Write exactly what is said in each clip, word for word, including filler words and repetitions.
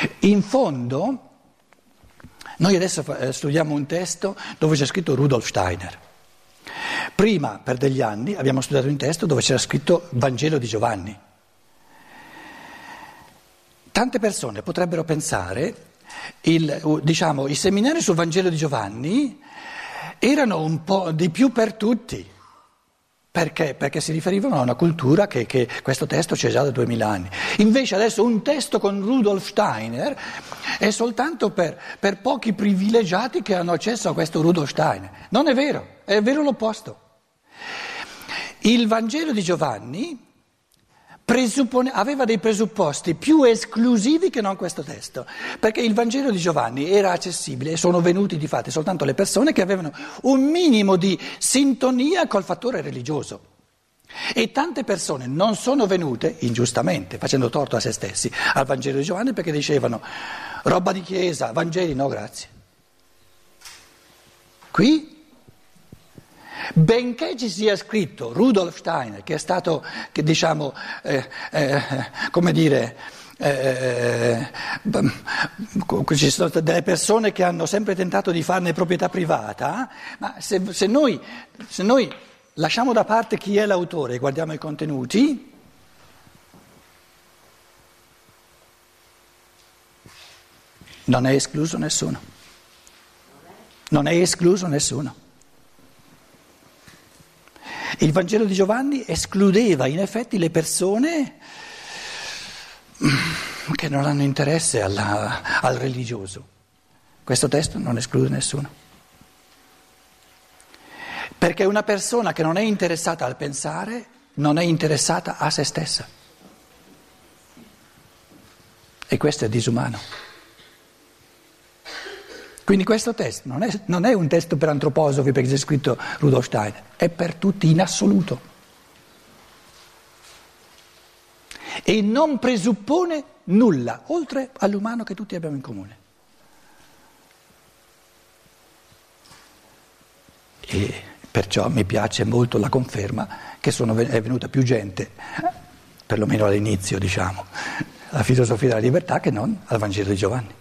In fondo, noi adesso studiamo un testo dove c'è scritto Rudolf Steiner. Prima, per degli anni, abbiamo studiato un testo dove c'era scritto Vangelo di Giovanni. Tante persone potrebbero pensare, il, diciamo, i seminari sul Vangelo di Giovanni erano un po' di più per tutti. Perché? Perché si riferivano a una cultura che, che questo testo c'è già da duemila anni. Invece adesso un testo con Rudolf Steiner è soltanto per, per pochi privilegiati che hanno accesso a questo Rudolf Steiner. Non è vero, è vero l'opposto. Il Vangelo di Giovanni presuppone, aveva dei presupposti più esclusivi che non questo testo, perché il Vangelo di Giovanni era accessibile e sono venuti di fatto soltanto le persone che avevano un minimo di sintonia col fattore religioso. E tante persone non sono venute, ingiustamente, facendo torto a se stessi, al Vangelo di Giovanni perché dicevano roba di chiesa, Vangeli no grazie. Qui, benché ci sia scritto Rudolf Steiner, che è stato, che diciamo, eh, eh, come dire, eh, ci sono delle persone che hanno sempre tentato di farne proprietà privata, ma se, se, noi, se noi lasciamo da parte chi è l'autore e guardiamo i contenuti, non è escluso nessuno. Non è escluso nessuno. Il Vangelo di Giovanni escludeva in effetti le persone che non hanno interesse alla, al religioso. Questo testo non esclude nessuno. Perché una persona che non è interessata al pensare non è interessata a se stessa. E questo è disumano. Quindi questo testo non è, non è un testo per antroposofi perché c'è scritto Rudolf Steiner, è per tutti in assoluto. E non presuppone nulla, oltre all'umano che tutti abbiamo in comune. E perciò mi piace molto la conferma che sono, è venuta più gente, perlomeno all'inizio diciamo, alla filosofia della libertà che non al Vangelo di Giovanni.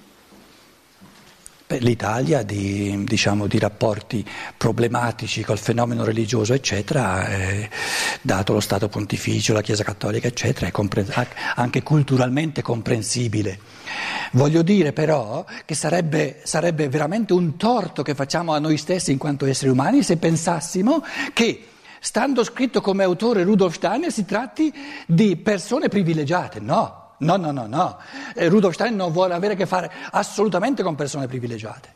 L'Italia di, diciamo, di rapporti problematici col fenomeno religioso eccetera, eh, dato lo Stato pontificio, la Chiesa cattolica eccetera, è compre- anche culturalmente comprensibile. Voglio dire però che sarebbe, sarebbe veramente un torto che facciamo a noi stessi in quanto esseri umani se pensassimo che stando scritto come autore Rudolf Steiner si tratti di persone privilegiate, no. No, no, no, no. Eh, Rudolf Steiner non vuole avere a che fare assolutamente con persone privilegiate.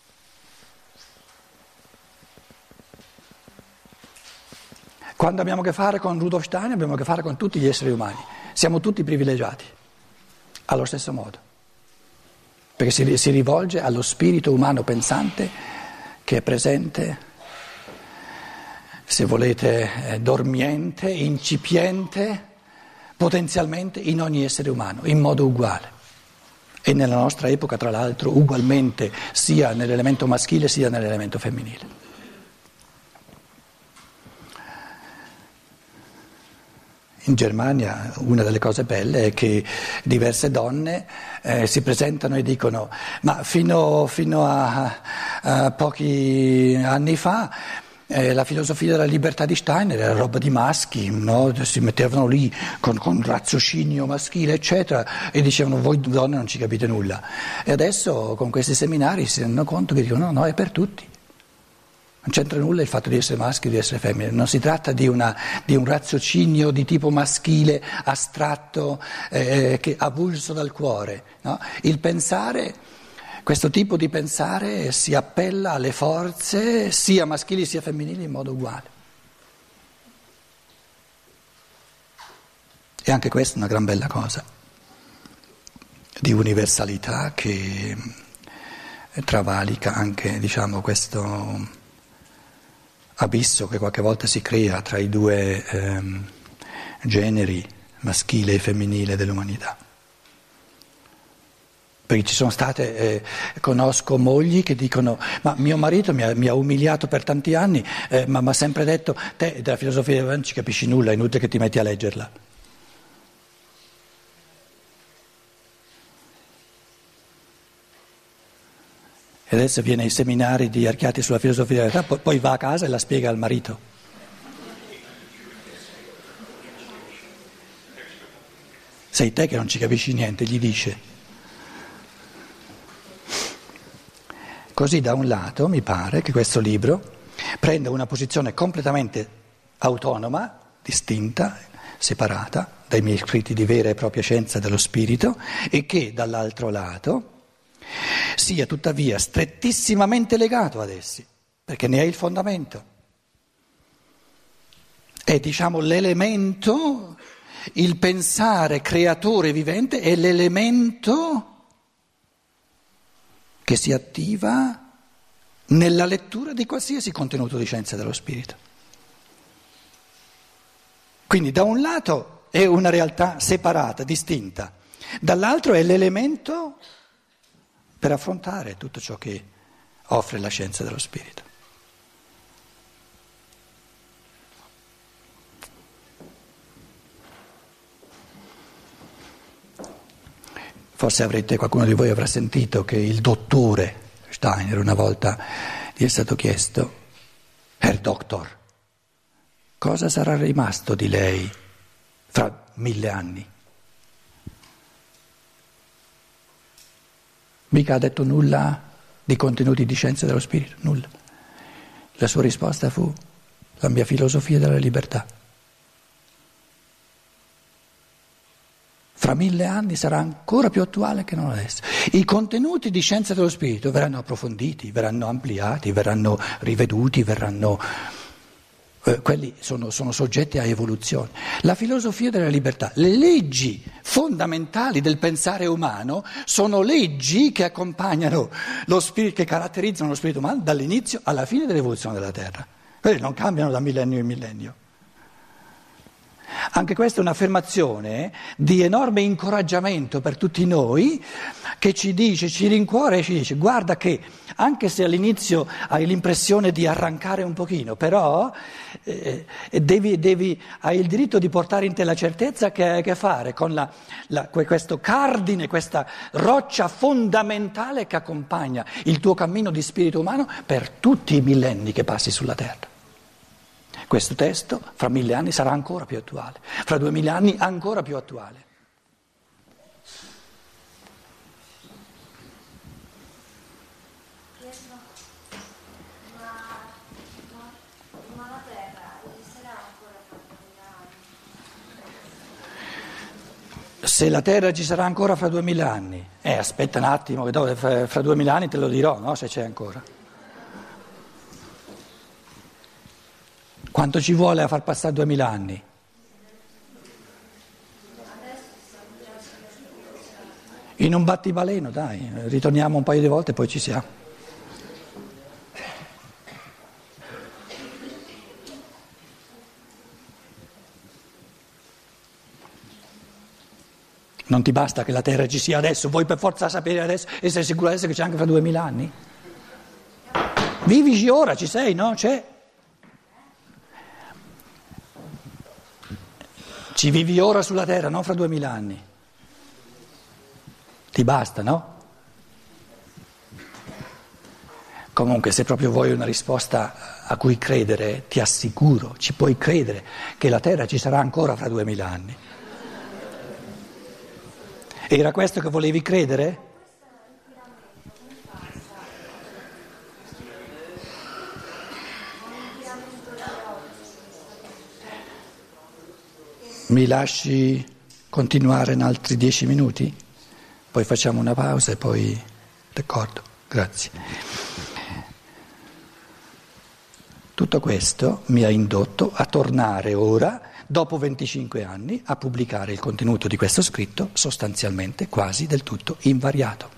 Quando abbiamo a che fare con Rudolf Steiner abbiamo a che fare con tutti gli esseri umani. Siamo tutti privilegiati, allo stesso modo. Perché si, si rivolge allo spirito umano pensante che è presente, se volete, eh, dormiente, incipiente, potenzialmente in ogni essere umano, in modo uguale. E nella nostra epoca, tra l'altro, ugualmente sia nell'elemento maschile sia nell'elemento femminile. In Germania una delle cose belle è che diverse donne eh, si presentano e dicono ma fino, fino a, a pochi anni fa Eh, la filosofia della libertà di Steiner era roba di maschi, no? Si mettevano lì con, con raziocinio maschile eccetera e dicevano voi donne non ci capite nulla. E adesso con questi seminari si rendono conto che dicono no, no, è per tutti. Non c'entra nulla il fatto di essere maschi o di essere femmine, non si tratta di, una, di un raziocinio di tipo maschile, astratto, eh, che avulso dal cuore. No? Il pensare... Questo tipo di pensare si appella alle forze sia maschili sia femminili in modo uguale. E anche questa è una gran bella cosa, di universalità che travalica anche, diciamo, questo abisso che qualche volta si crea tra i due ehm, generi, maschile e femminile dell'umanità. Perché ci sono state, eh, conosco mogli che dicono ma mio marito mi ha, mi ha umiliato per tanti anni, eh, ma mi ha sempre detto te della filosofia non ci capisci nulla, è inutile che ti metti a leggerla. E adesso viene ai seminari di Archiati sulla filosofia della realtà, poi, poi va a casa e la spiega al marito. Sei te che non ci capisci niente, gli dice. Così da un lato mi pare che questo libro prenda una posizione completamente autonoma, distinta, separata dai miei scritti di vera e propria scienza dello spirito e che dall'altro lato sia tuttavia strettissimamente legato ad essi, perché ne è il fondamento. È, diciamo, l'elemento, il pensare creatore vivente è l'elemento che si attiva nella lettura di qualsiasi contenuto di scienza dello spirito. Quindi da un lato è una realtà separata, distinta, dall'altro è l'elemento per affrontare tutto ciò che offre la scienza dello spirito. Forse avrete, qualcuno di voi avrà sentito che il dottore Steiner una volta gli è stato chiesto: Herr Doktor, cosa sarà rimasto di lei fra mille anni? Mica ha detto nulla di contenuti di scienza dello spirito, nulla. La sua risposta fu: la mia filosofia della libertà. Fra mille anni sarà ancora più attuale che non adesso. I contenuti di scienza dello spirito verranno approfonditi, verranno ampliati, verranno riveduti, verranno... Eh, quelli sono, sono soggetti a evoluzione. La filosofia della libertà, le leggi fondamentali del pensare umano sono leggi che accompagnano lo spirito, che caratterizzano lo spirito umano dall'inizio alla fine dell'evoluzione della Terra. Quelli non cambiano da millennio in millennio. Anche questa è un'affermazione di enorme incoraggiamento per tutti noi, che ci dice, ci rincuora e ci dice: guarda che anche se all'inizio hai l'impressione di arrancare un pochino, però eh, devi, devi, hai il diritto di portare in te la certezza che hai a che fare con la, la, questo cardine, questa roccia fondamentale che accompagna il tuo cammino di spirito umano per tutti i millenni che passi sulla terra. Questo testo fra mille anni sarà ancora più attuale, fra duemila anni ancora più attuale. Ma, ma, ma la Terra esisterà ancora fra duemila anni? Se la Terra ci sarà ancora fra duemila anni, eh, aspetta un attimo, che dopo, fra, fra duemila anni te lo dirò, no? Se c'è ancora. Quanto ci vuole a far passare duemila anni? In un battibaleno, dai, ritorniamo un paio di volte e poi ci siamo. Non ti basta che la Terra ci sia adesso, vuoi per forza sapere adesso e sei sicuro adesso che c'è anche fra duemila anni? Vivici ora, ci sei, no? C'è. Ci vivi ora sulla Terra, non fra duemila anni. Ti basta, no? Comunque, se proprio vuoi una risposta a cui credere, ti assicuro, ci puoi credere, che la Terra ci sarà ancora fra duemila anni. Era questo che volevi credere? Mi lasci continuare in altri dieci minuti? Poi facciamo una pausa e poi... D'accordo, grazie. Tutto questo mi ha indotto a tornare ora, dopo venticinque anni, a pubblicare il contenuto di questo scritto sostanzialmente quasi del tutto invariato.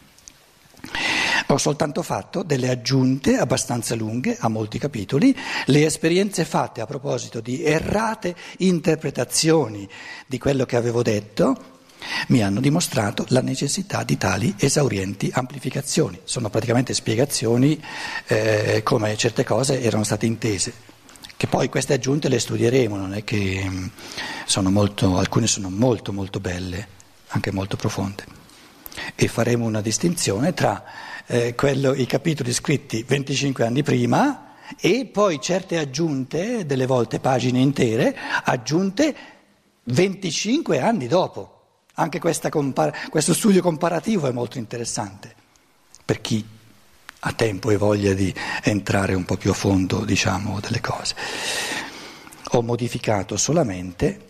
Ho soltanto fatto delle aggiunte abbastanza lunghe a molti capitoli. Le esperienze fatte a proposito di errate interpretazioni di quello che avevo detto mi hanno dimostrato la necessità di tali esaurienti amplificazioni. Sono praticamente spiegazioni eh, come certe cose erano state intese, che poi queste aggiunte le studieremo, non è che sono molto, alcune sono molto molto belle, anche molto profonde. e faremo una distinzione tra eh, quello, i capitoli scritti venticinque anni prima e poi certe aggiunte, delle volte pagine intere, aggiunte venticinque anni dopo. Anche questa compar- questo studio comparativo è molto interessante per chi ha tempo e voglia di entrare un po' più a fondo, diciamo, delle cose. Ho modificato solamente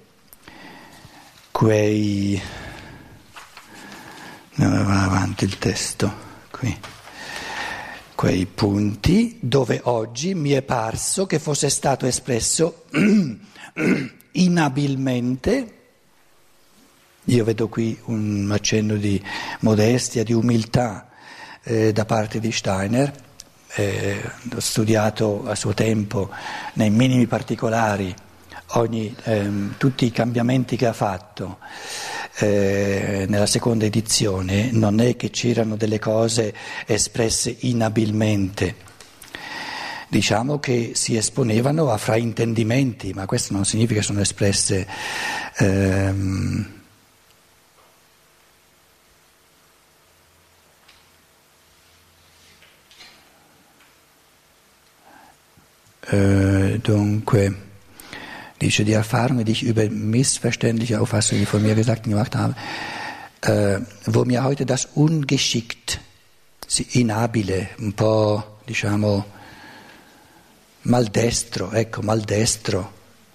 quei... No, va avanti il testo, qui. Quei punti dove oggi mi è parso che fosse stato espresso inabilmente. Io vedo qui un accenno di modestia, di umiltà eh, da parte di Steiner. Eh, ho studiato a suo tempo nei minimi particolari ogni, ehm, tutti i cambiamenti che ha fatto eh, nella seconda edizione. Non è che c'erano delle cose espresse inabilmente, diciamo che si esponevano a fraintendimenti, ma questo non significa che sono espresse ehm, äh, dunque dice die Erfahrungen, die ich über missverständliche Auffassungen, die von mir Gesagten gemacht habe, äh, wo mir heute das ungeschickt, inabile, un po' diciamo maldestro, ecco, maldestro.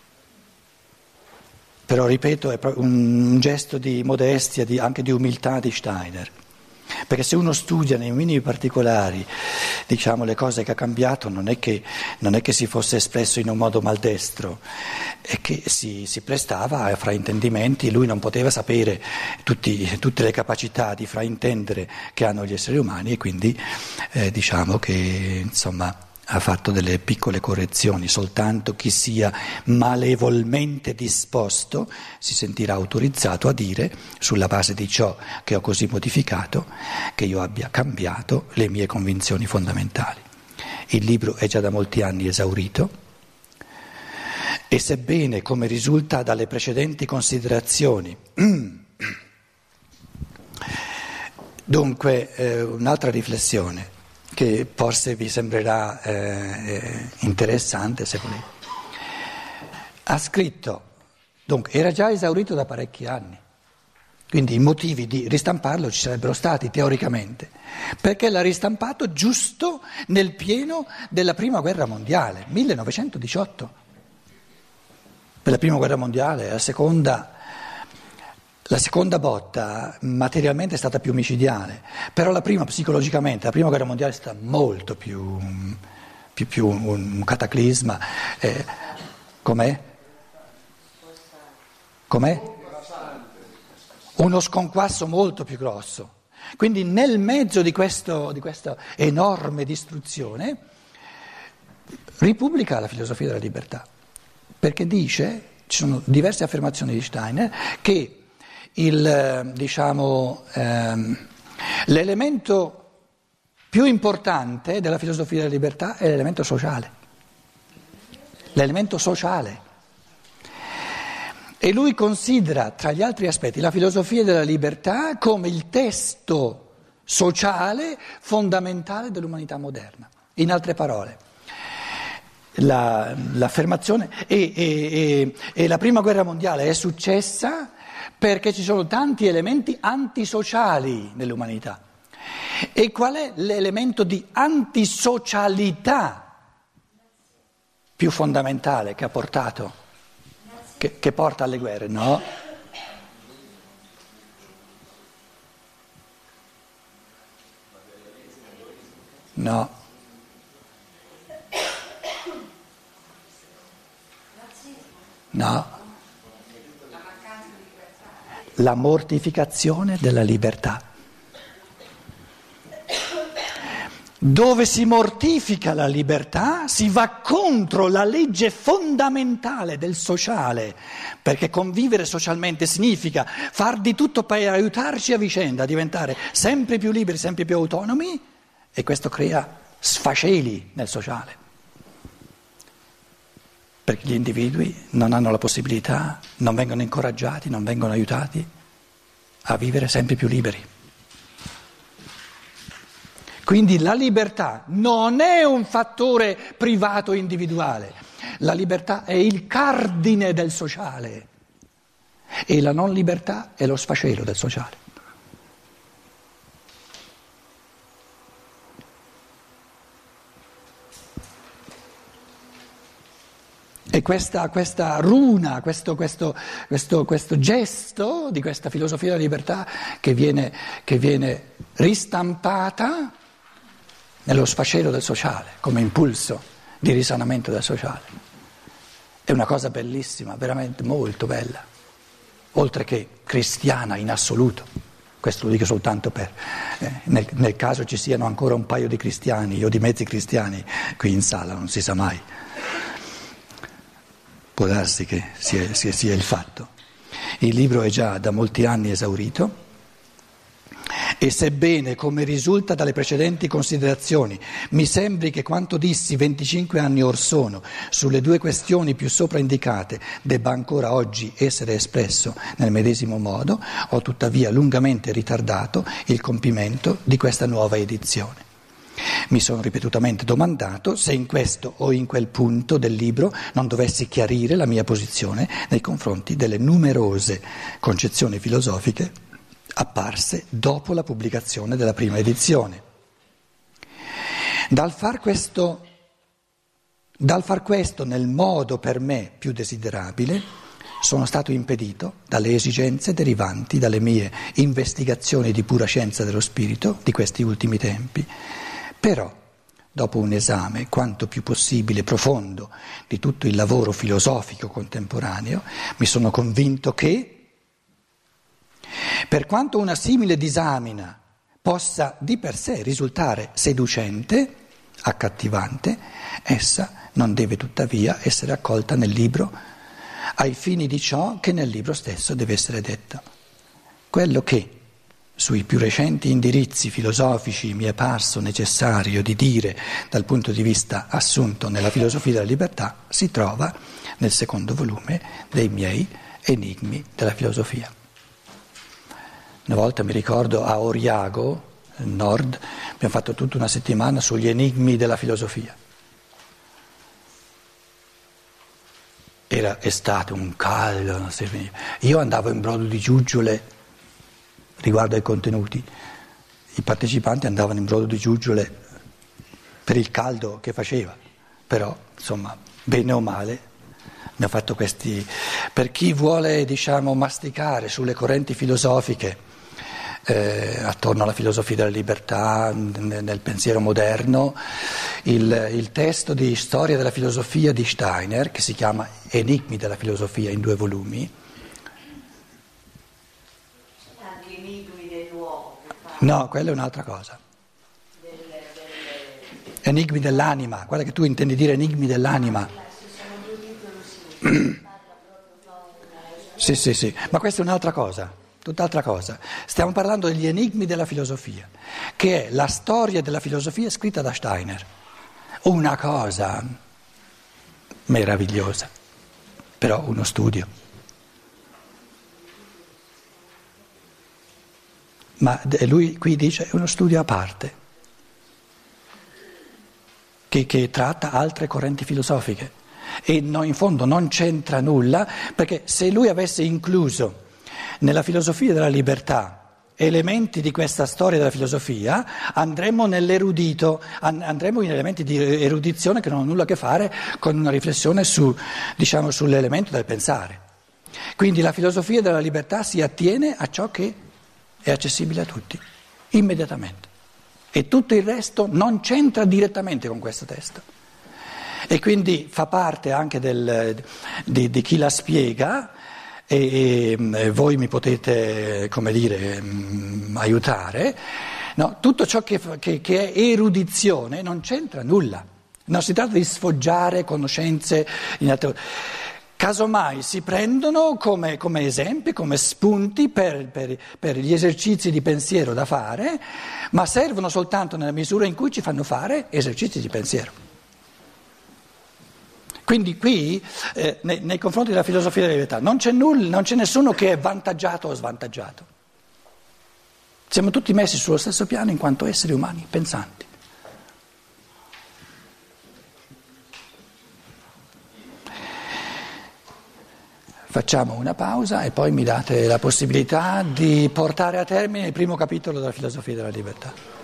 Però ripeto, è un gesto di modestia, di, anche di umiltà di Steiner. Perché se uno studia nei minimi particolari, diciamo, le cose che ha cambiato, non è che, non è che si fosse espresso in un modo maldestro, è che si, si prestava a fraintendimenti, lui non poteva sapere tutti, tutte le capacità di fraintendere che hanno gli esseri umani e quindi eh, diciamo che insomma ha fatto delle piccole correzioni. Soltanto chi sia malevolmente disposto si sentirà autorizzato a dire, sulla base di ciò che ho così modificato, che io abbia cambiato le mie convinzioni fondamentali. Il libro è già da molti anni esaurito e sebbene, come risulta dalle precedenti considerazioni, dunque eh, un'altra riflessione che forse vi sembrerà eh, interessante se volete. Ha scritto, dunque era già esaurito da parecchi anni, quindi i motivi di ristamparlo ci sarebbero stati teoricamente, perché l'ha ristampato giusto nel pieno della Prima Guerra Mondiale, millenovecentodiciotto. Per la Prima Guerra Mondiale, la seconda... La seconda botta materialmente è stata più micidiale, però la prima psicologicamente, la Prima Guerra Mondiale è stata molto più, più, più un cataclisma. Eh, com'è? Com'è? Uno sconquasso molto più grosso. Quindi nel mezzo di, questo, di questa enorme distruzione ripubblica la filosofia della libertà, perché dice, ci sono diverse affermazioni di Steiner, che Il, diciamo, ehm, l'elemento più importante della filosofia della libertà è l'elemento sociale, l'elemento sociale. E lui considera, tra gli altri aspetti, la filosofia della libertà come il testo sociale fondamentale dell'umanità moderna. In altre parole, la, l'affermazione e, e, e, e la Prima Guerra Mondiale è successa perché ci sono tanti elementi antisociali nell'umanità. E qual è l'elemento di antisocialità più fondamentale che ha portato, che, che porta alle guerre? No. No. No. La mortificazione della libertà. Dove si mortifica la libertà si va contro la legge fondamentale del sociale, perché convivere socialmente significa far di tutto per aiutarci a vicenda, a diventare sempre più liberi, sempre più autonomi, e questo crea sfaceli nel sociale. Perché gli individui non hanno la possibilità, non vengono incoraggiati, non vengono aiutati a vivere sempre più liberi. Quindi la libertà non è un fattore privato individuale, la libertà è il cardine del sociale e la non libertà è lo sfacelo del sociale. E questa, questa runa, questo, questo, questo, questo gesto di questa filosofia della libertà che viene, che viene ristampata nello sfacelo del sociale, come impulso di risanamento del sociale. È una cosa bellissima, veramente molto bella, oltre che cristiana in assoluto. Questo lo dico soltanto per, eh, nel, nel caso ci siano ancora un paio di cristiani o di mezzi cristiani qui in sala, non si sa mai. Può darsi che sia, sia, sia il fatto. Il libro è già da molti anni esaurito e sebbene, come risulta dalle precedenti considerazioni, mi sembri che quanto dissi venticinque anni or sono sulle due questioni più sopra indicate debba ancora oggi essere espresso nel medesimo modo, ho tuttavia lungamente ritardato il compimento di questa nuova edizione. Mi sono ripetutamente domandato se in questo o in quel punto del libro non dovessi chiarire la mia posizione nei confronti delle numerose concezioni filosofiche apparse dopo la pubblicazione della prima edizione. Dal far questo, dal far questo nel modo per me più desiderabile, sono stato impedito dalle esigenze derivanti dalle mie investigazioni di pura scienza dello spirito di questi ultimi tempi. Però, dopo un esame quanto più possibile profondo di tutto il lavoro filosofico contemporaneo, mi sono convinto che, per quanto una simile disamina possa di per sé risultare seducente, accattivante, essa non deve tuttavia essere accolta nel libro ai fini di ciò che nel libro stesso deve essere detto. Quello che sui più recenti indirizzi filosofici mi è parso necessario di dire dal punto di vista assunto nella filosofia della libertà si trova nel secondo volume dei miei enigmi della filosofia. Una volta mi ricordo a Oriago, nord, abbiamo fatto tutta una settimana sugli enigmi della filosofia. Era estate, un caldo, non si veniva. Io andavo in brodo di giuggiole riguardo ai contenuti, i partecipanti andavano in brodo di giuggiole per il caldo che faceva, però insomma bene o male abbiamo fatto questi. Per chi vuole diciamo masticare sulle correnti filosofiche eh, attorno alla filosofia della libertà nel pensiero moderno, il, il testo di Storia della filosofia di Steiner, che si chiama Enigmi della filosofia in due volumi. No, quella è un'altra cosa. Enigmi dell'anima, guarda che tu intendi dire enigmi dell'anima. Sì, sì, sì, ma questa è un'altra cosa, tutt'altra cosa. Stiamo parlando degli enigmi della filosofia, che è la storia della filosofia scritta da Steiner. Una cosa meravigliosa, però uno studio. Ma lui qui dice è uno studio a parte, che, che tratta altre correnti filosofiche e no, in fondo non c'entra nulla, perché se lui avesse incluso nella filosofia della libertà elementi di questa storia della filosofia, andremmo nell'erudito, andremmo in elementi di erudizione che non hanno nulla a che fare con una riflessione su, diciamo, sull'elemento del pensare. Quindi la filosofia della libertà si attiene a ciò che è accessibile a tutti, immediatamente. E tutto il resto non c'entra direttamente con questo testo. E quindi fa parte anche del, di, di chi la spiega e, e voi mi potete, come dire, mh, aiutare. No, tutto ciò che, che, che è erudizione non c'entra nulla. Non si tratta di sfoggiare conoscenze in altre. Casomai si prendono come, come esempi, come spunti per, per, per gli esercizi di pensiero da fare, ma servono soltanto nella misura in cui ci fanno fare esercizi di pensiero. Quindi qui, eh, nei, nei confronti della filosofia della libertà, non c'è nulla, non c'è nessuno che è vantaggiato o svantaggiato. Siamo tutti messi sullo stesso piano in quanto esseri umani, pensanti. Facciamo una pausa e poi mi date la possibilità di portare a termine il primo capitolo della filosofia della libertà.